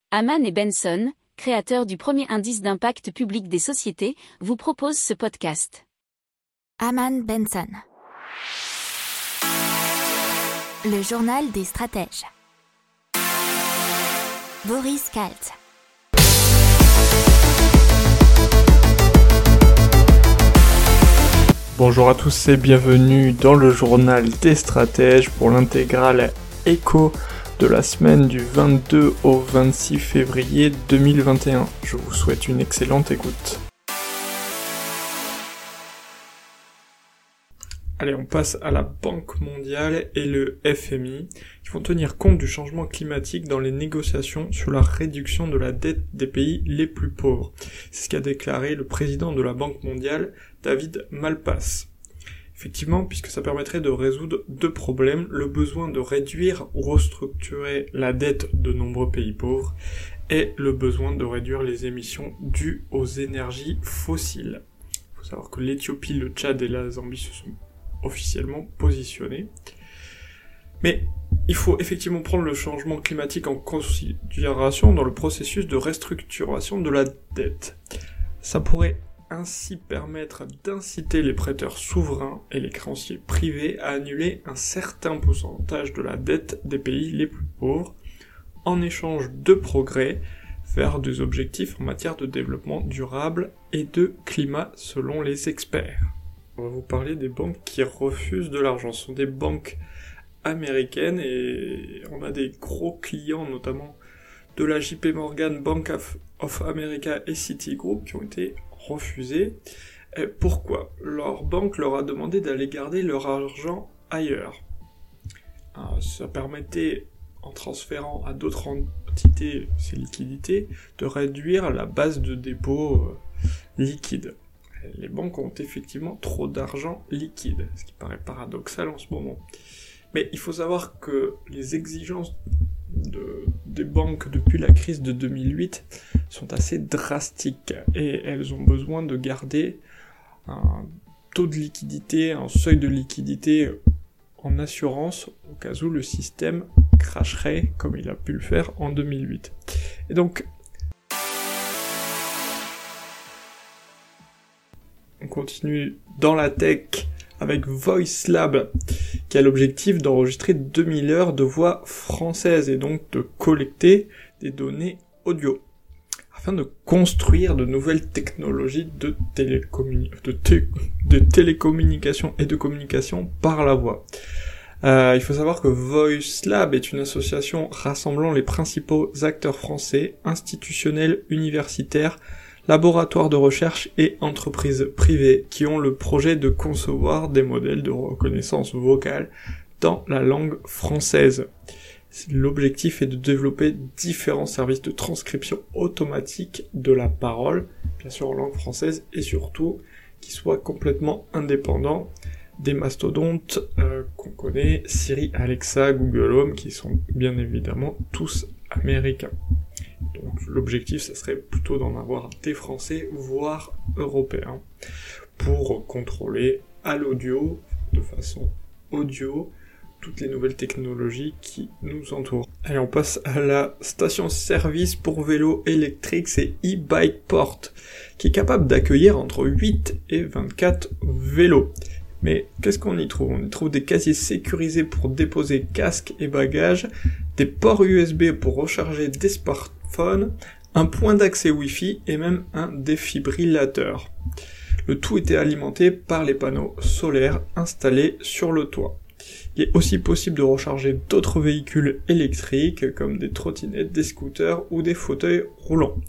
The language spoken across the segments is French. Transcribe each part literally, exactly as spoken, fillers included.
Hamann et Benson, créateurs du premier indice d'impact public des sociétés, vous proposent ce podcast. Hamann Benson. Le journal des stratèges. Boris Kalt. Bonjour à tous et bienvenue dans le journal des stratèges pour l'intégrale écho de la semaine du vingt-deux au vingt-six février deux mille vingt et un. Je vous souhaite une excellente écoute. Allez, on passe à la Banque mondiale et le F M I, qui vont tenir compte du changement climatique dans les négociations sur la réduction de la dette des pays les plus pauvres. C'est ce qu'a déclaré le président de la Banque mondiale, David Malpass. Effectivement, puisque ça permettrait de résoudre deux problèmes, le besoin de réduire ou restructurer la dette de nombreux pays pauvres, et le besoin de réduire les émissions dues aux énergies fossiles. Il faut savoir que l'Éthiopie, le Tchad et la Zambie se sont officiellement positionnés. Mais il faut effectivement prendre le changement climatique en considération dans le processus de restructuration de la dette. Ça pourrait ainsi permettre d'inciter les prêteurs souverains et les créanciers privés à annuler un certain pourcentage de la dette des pays les plus pauvres, en échange de progrès vers des objectifs en matière de développement durable et de climat selon les experts. On va vous parler des banques qui refusent de l'argent. Ce sont des banques américaines et on a des gros clients, notamment de la J P Morgan, Bank of, of America et Citigroup qui ont été refusés. Et pourquoi ? Leur banque leur a demandé d'aller garder leur argent ailleurs. Alors, ça permettait, en transférant à d'autres entités ces liquidités, de réduire la base de dépôt euh, liquide. Les banques ont effectivement trop d'argent liquide, ce qui paraît paradoxal en ce moment. Mais il faut savoir que les exigences de, des banques depuis la crise de deux mille huit sont assez drastiques et elles ont besoin de garder un taux de liquidité, un seuil de liquidité en assurance au cas où le système crasherait comme il a pu le faire en deux mille huit. Et donc, on continue dans la tech avec VoiceLab, qui a l'objectif d'enregistrer deux mille heures de voix françaises et donc de collecter des données audio, afin de construire de nouvelles technologies de, télécommuni- de, té- de télécommunication et de communication par la voix. Euh, il faut savoir que VoiceLab est une association rassemblant les principaux acteurs français, institutionnels, universitaires, laboratoires de recherche et entreprises privées qui ont le projet de concevoir des modèles de reconnaissance vocale dans la langue française. L'objectif est de développer différents services de transcription automatique de la parole, bien sûr en langue française, et surtout qui soient complètement indépendants des mastodontes euh, qu'on connaît, Siri, Alexa, Google Home, qui sont bien évidemment tous américains. Donc l'objectif, ça serait plutôt d'en avoir des Français, voire européens, pour contrôler à l'audio, de façon audio, toutes les nouvelles technologies qui nous entourent. Allez, on passe à la station-service pour vélos électriques, c'est e-Bikeport, qui est capable d'accueillir entre huit et vingt-quatre vélos. Mais qu'est-ce qu'on y trouve ? On y trouve des casiers sécurisés pour déposer casques et bagages, des ports U S B pour recharger des smartphones, un point d'accès Wi-Fi et même un défibrillateur. Le tout était alimenté par les panneaux solaires installés sur le toit. Il est aussi possible de recharger d'autres véhicules électriques comme des trottinettes, des scooters ou des fauteuils roulants.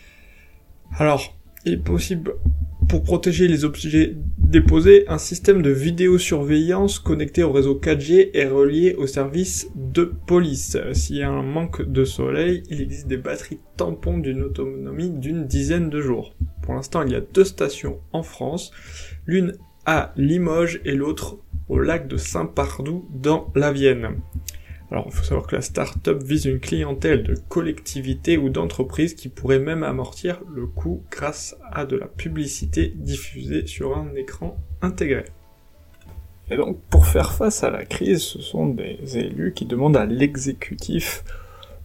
Alors, il est possible, pour protéger les objets déposés, un système de vidéosurveillance connecté au réseau quatre G est relié au service de police. S'il y a un manque de soleil, il existe des batteries tampons d'une autonomie d'une dizaine de jours. Pour l'instant, il y a deux stations en France, l'une à Limoges et l'autre au lac de Saint-Pardoux dans la Vienne. Alors, il faut savoir que la start-up vise une clientèle de collectivités ou d'entreprises qui pourrait même amortir le coût grâce à de la publicité diffusée sur un écran intégré. Et donc, pour faire face à la crise, ce sont des élus qui demandent à l'exécutif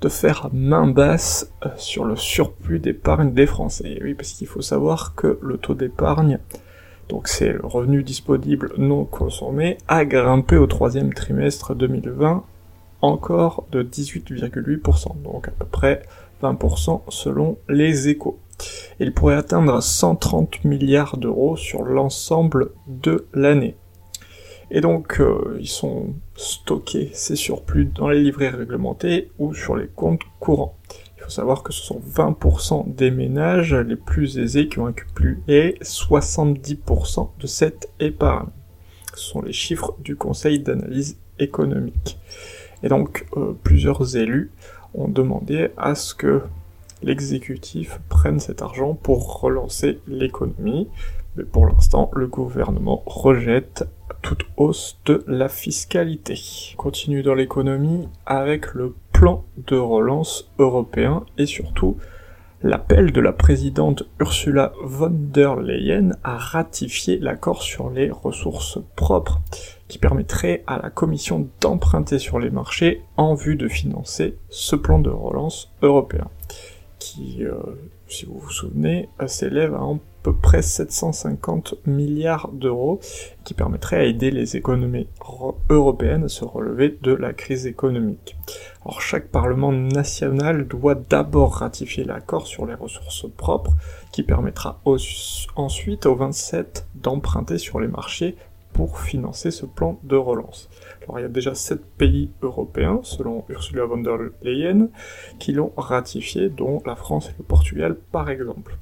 de faire main basse euh, sur le surplus d'épargne des Français. Et oui, parce qu'il faut savoir que le taux d'épargne, donc c'est le revenu disponible non consommé, a grimpé au troisième trimestre deux mille vingt encore de dix-huit virgule huit pour cent, donc à peu près vingt pour cent selon les Échos. Il pourrait atteindre cent trente milliards d'euros sur l'ensemble de l'année. Et donc, euh, ils sont stockés, ces surplus, dans les livrets réglementés ou sur les comptes courants. Il faut savoir que ce sont vingt pour cent des ménages les plus aisés qui ont accumulé soixante-dix pour cent de cette épargne. Ce sont les chiffres du Conseil d'analyse économique. Et donc, euh, plusieurs élus ont demandé à ce que l'exécutif prenne cet argent pour relancer l'économie. Mais pour l'instant, le gouvernement rejette toute hausse de la fiscalité. On continue dans l'économie avec le plan de relance européen et surtout l'appel de la présidente Ursula von der Leyen à ratifier l'accord sur les ressources propres qui permettrait à la Commission d'emprunter sur les marchés en vue de financer ce plan de relance européen qui, euh, si vous vous souvenez, s'élève à à peu près sept cent cinquante milliards d'euros, qui permettrait à aider les économies européennes à se relever de la crise économique. Alors chaque parlement national doit d'abord ratifier l'accord sur les ressources propres, qui permettra au- ensuite aux vingt-sept d'emprunter sur les marchés pour financer ce plan de relance. Alors il y a déjà sept pays européens, selon Ursula von der Leyen, qui l'ont ratifié, dont la France et le Portugal par exemple.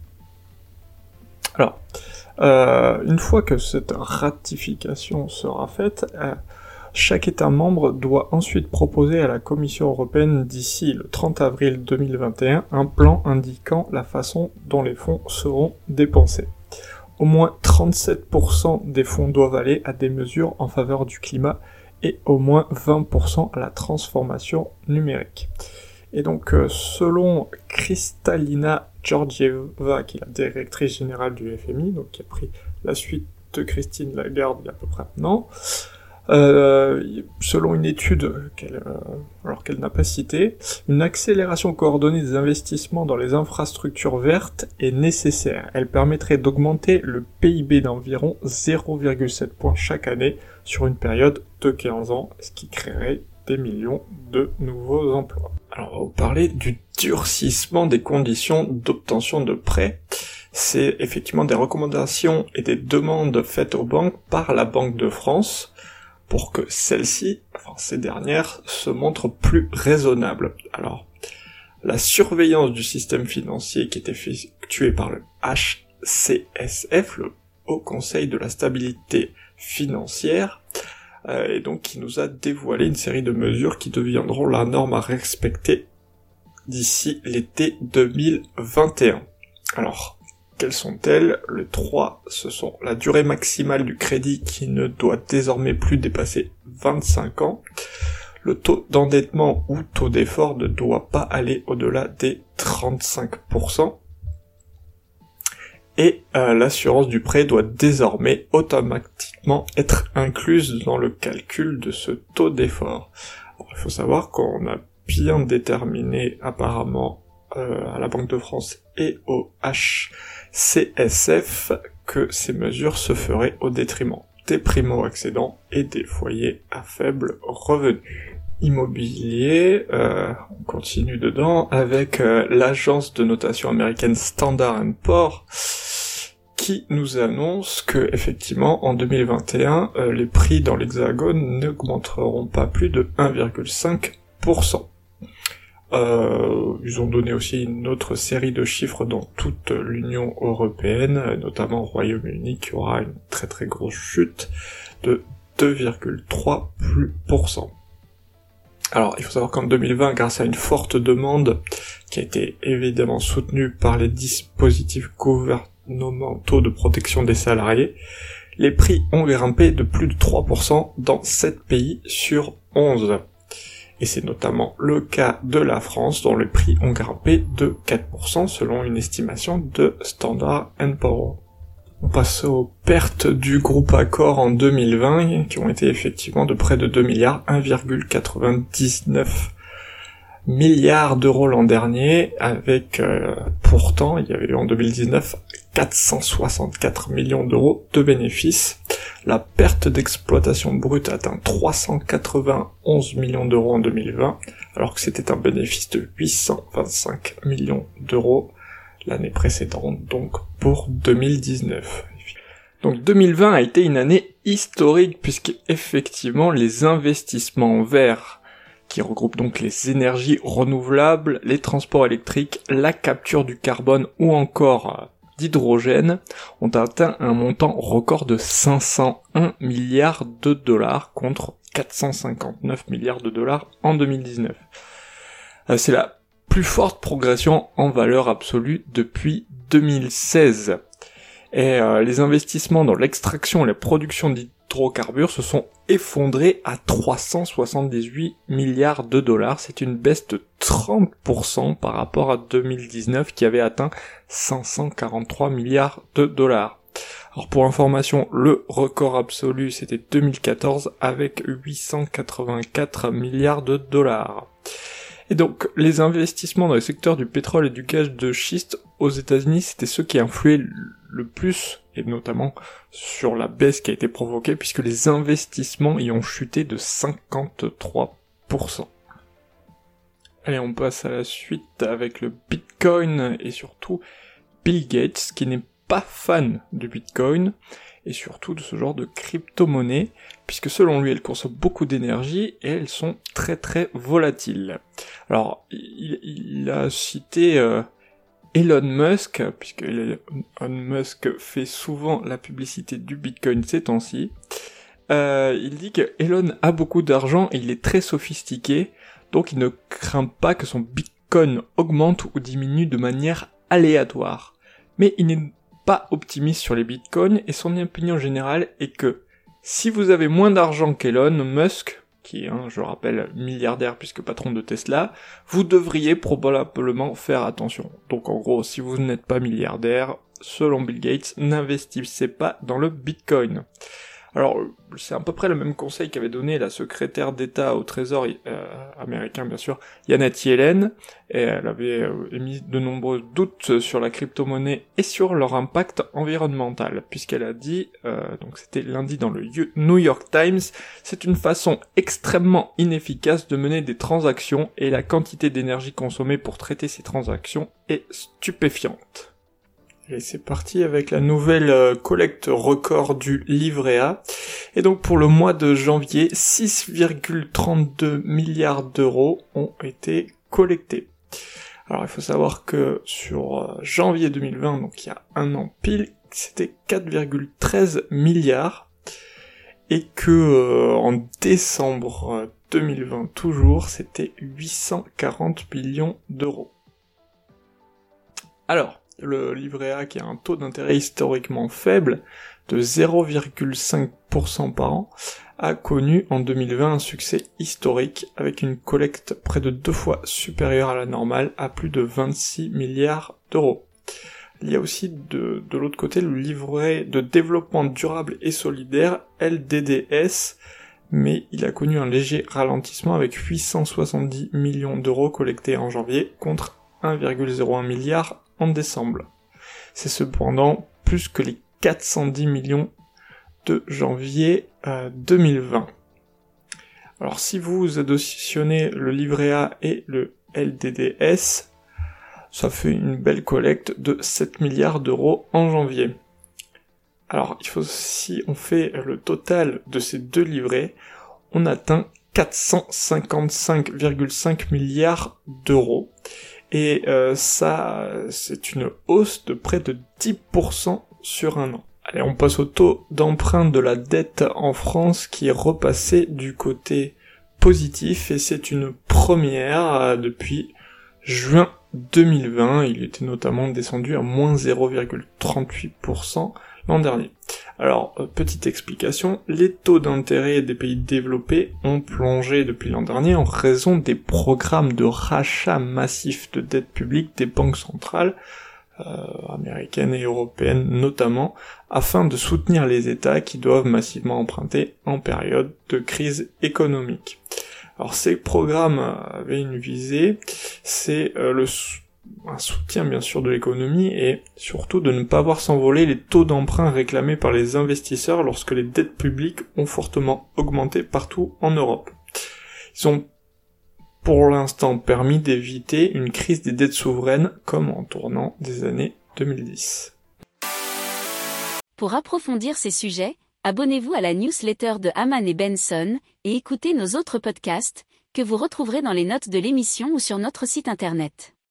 Alors, euh, une fois que cette ratification sera faite, euh, chaque État membre doit ensuite proposer à la Commission européenne d'ici le trente avril deux mille vingt et un un plan indiquant la façon dont les fonds seront dépensés. Au moins trente-sept pour cent des fonds doivent aller à des mesures en faveur du climat et au moins vingt pour cent à la transformation numérique. Et donc, euh, selon Kristalina Georgieva, qui est la directrice générale du F M I, donc qui a pris la suite de Christine Lagarde il y a à peu près un an, euh, selon une étude qu'elle, euh, alors qu'elle n'a pas citée, une accélération coordonnée des investissements dans les infrastructures vertes est nécessaire. Elle permettrait d'augmenter le P I B d'environ zéro virgule sept points chaque année sur une période de quinze ans, ce qui créerait des millions de nouveaux emplois. Alors, on va vous parler du durcissement des conditions d'obtention de prêts. C'est effectivement des recommandations et des demandes faites aux banques par la Banque de France pour que celles-ci, enfin ces dernières, se montrent plus raisonnables. Alors, la surveillance du système financier qui est effectuée par le H C S F, le Haut Conseil de la Stabilité Financière, Euh, et donc qui nous a dévoilé une série de mesures qui deviendront la norme à respecter d'ici l'été deux mille vingt et un. Alors, quelles sont-elles? Les trois, ce sont la durée maximale du crédit qui ne doit désormais plus dépasser vingt-cinq ans, le taux d'endettement ou taux d'effort ne doit pas aller au-delà des trente-cinq pour cent, et euh, l'assurance du prêt doit désormais automatiquement être incluse dans le calcul de ce taux d'effort. Alors, il faut savoir qu'on a bien déterminé apparemment euh, à la Banque de France et au H C S F que ces mesures se feraient au détriment des primo-accédants et des foyers à faible revenu. Immobilier, euh, on continue dedans avec euh, l'agence de notation américaine Standard and Poor's qui nous annonce que effectivement en deux mille vingt et un euh, les prix dans l'Hexagone n'augmenteront pas plus de un virgule cinq pour cent. Euh, ils ont donné aussi une autre série de chiffres dans toute l'Union européenne, notamment au Royaume-Uni qui aura une très très grosse chute de deux virgule trois pour cent. Alors, il faut savoir qu'en deux mille vingt, grâce à une forte demande, qui a été évidemment soutenue par les dispositifs gouvernementaux de protection des salariés, les prix ont grimpé de plus de trois pour cent dans sept pays sur onze. Et c'est notamment le cas de la France, dont les prix ont grimpé de quatre pour cent selon une estimation de Standard and Poor's. On passe aux pertes du groupe Accor en deux mille vingt, qui ont été effectivement de près de deux milliards, un virgule quatre-vingt-dix-neuf milliards d'euros l'an dernier, avec euh, pourtant, il y avait eu en deux mille dix-neuf quatre cent soixante-quatre millions d'euros de bénéfices. La perte d'exploitation brute atteint trois cent quatre-vingt-onze millions d'euros en deux mille vingt, alors que c'était un bénéfice de huit cent vingt-cinq millions d'euros l'année précédente, donc pour deux mille dix-neuf. Donc deux mille vingt a été une année historique, puisque effectivement les investissements verts, qui regroupent donc les énergies renouvelables, les transports électriques, la capture du carbone ou encore d'hydrogène, ont atteint un montant record de cinq cent un milliards de dollars contre quatre cent cinquante-neuf milliards de dollars en deux mille dix-neuf. C'est la plus forte progression en valeur absolue depuis deux mille seize. Et euh, les investissements dans l'extraction et la production d'hydrocarbures se sont effondrés à trois cent soixante-dix-huit milliards de dollars. C'est une baisse de trente pour cent par rapport à deux mille dix-neuf qui avait atteint cinq cent quarante-trois milliards de dollars. Alors pour information, le record absolu c'était deux mille quatorze avec huit cent quatre-vingt-quatre milliards de dollars. Et donc, les investissements dans le secteur du pétrole et du gaz de schiste aux États-Unis, c'était ceux qui influaient le plus, et notamment sur la baisse qui a été provoquée, puisque les investissements y ont chuté de cinquante-trois pour cent. Allez, on passe à la suite avec le Bitcoin, et surtout Bill Gates, qui n'est pas fan du Bitcoin, et surtout de ce genre de crypto-monnaie, puisque selon lui, elles consomment beaucoup d'énergie et elles sont très très volatiles. Alors, il, il a cité euh, Elon Musk, puisque Elon Musk fait souvent la publicité du Bitcoin ces temps-ci. Euh, il dit que Elon a beaucoup d'argent et il est très sophistiqué, donc il ne craint pas que son Bitcoin augmente ou diminue de manière aléatoire. Mais il n'est pas optimiste sur les bitcoins, et son opinion générale est que si vous avez moins d'argent qu'Elon Musk, qui est, hein, je rappelle, milliardaire puisque patron de Tesla, vous devriez probablement faire attention. Donc en gros, si vous n'êtes pas milliardaire, selon Bill Gates, n'investissez pas dans le bitcoin. Alors, c'est à peu près le même conseil qu'avait donné la secrétaire d'État au Trésor euh, américain, bien sûr, Janet Yellen, et elle avait euh, émis de nombreux doutes sur la crypto-monnaie et sur leur impact environnemental, puisqu'elle a dit, euh, donc c'était lundi dans le New York Times, c'est une façon extrêmement inefficace de mener des transactions et la quantité d'énergie consommée pour traiter ces transactions est stupéfiante. Et c'est parti avec la nouvelle euh, collecte record du livret A. Et donc pour le mois de janvier, six virgule trente-deux milliards d'euros ont été collectés. Alors il faut savoir que sur euh, janvier deux mille vingt, donc il y a un an pile, c'était quatre virgule treize milliards. Et que euh, en décembre deux mille vingt toujours, c'était huit cent quarante millions d'euros. Alors, le livret A qui a un taux d'intérêt historiquement faible de zéro virgule cinq pour cent par an a connu en deux mille vingt un succès historique avec une collecte près de deux fois supérieure à la normale à plus de vingt-six milliards d'euros. Il y a aussi de, de l'autre côté le livret de développement durable et solidaire L D D S, mais il a connu un léger ralentissement avec huit cent soixante-dix millions d'euros collectés en janvier contre un virgule zéro un milliard en décembre. C'est cependant plus que les quatre cent dix millions de janvier euh, deux mille vingt. Alors si vous additionnez le livret A et le L D D S, ça fait une belle collecte de sept milliards d'euros en janvier. Alors il faut, si on fait le total de ces deux livrets, on atteint quatre cent cinquante-cinq virgule cinq milliards d'euros. Et euh, ça, c'est une hausse de près de dix pour cent sur un an. Allez, on passe au taux d'emprunt de la dette en France qui est repassé du côté positif, et c'est une première euh, depuis juin deux mille vingt. Il était notamment descendu à moins zéro virgule trente-huit pour cent l'an dernier. Alors, euh, petite explication, les taux d'intérêt des pays développés ont plongé depuis l'an dernier en raison des programmes de rachat massif de dette publique des banques centrales, euh, américaines et européennes notamment, afin de soutenir les États qui doivent massivement emprunter en période de crise économique. Alors ces programmes avaient une visée, c'est euh, le un soutien bien sûr de l'économie et surtout de ne pas voir s'envoler les taux d'emprunt réclamés par les investisseurs lorsque les dettes publiques ont fortement augmenté partout en Europe. Ils ont pour l'instant permis d'éviter une crise des dettes souveraines comme en tournant des années deux mille dix. Pour approfondir ces sujets, abonnez-vous à la newsletter de Hamann et Benson et écoutez nos autres podcasts que vous retrouverez dans les notes de l'émission ou sur notre site internet.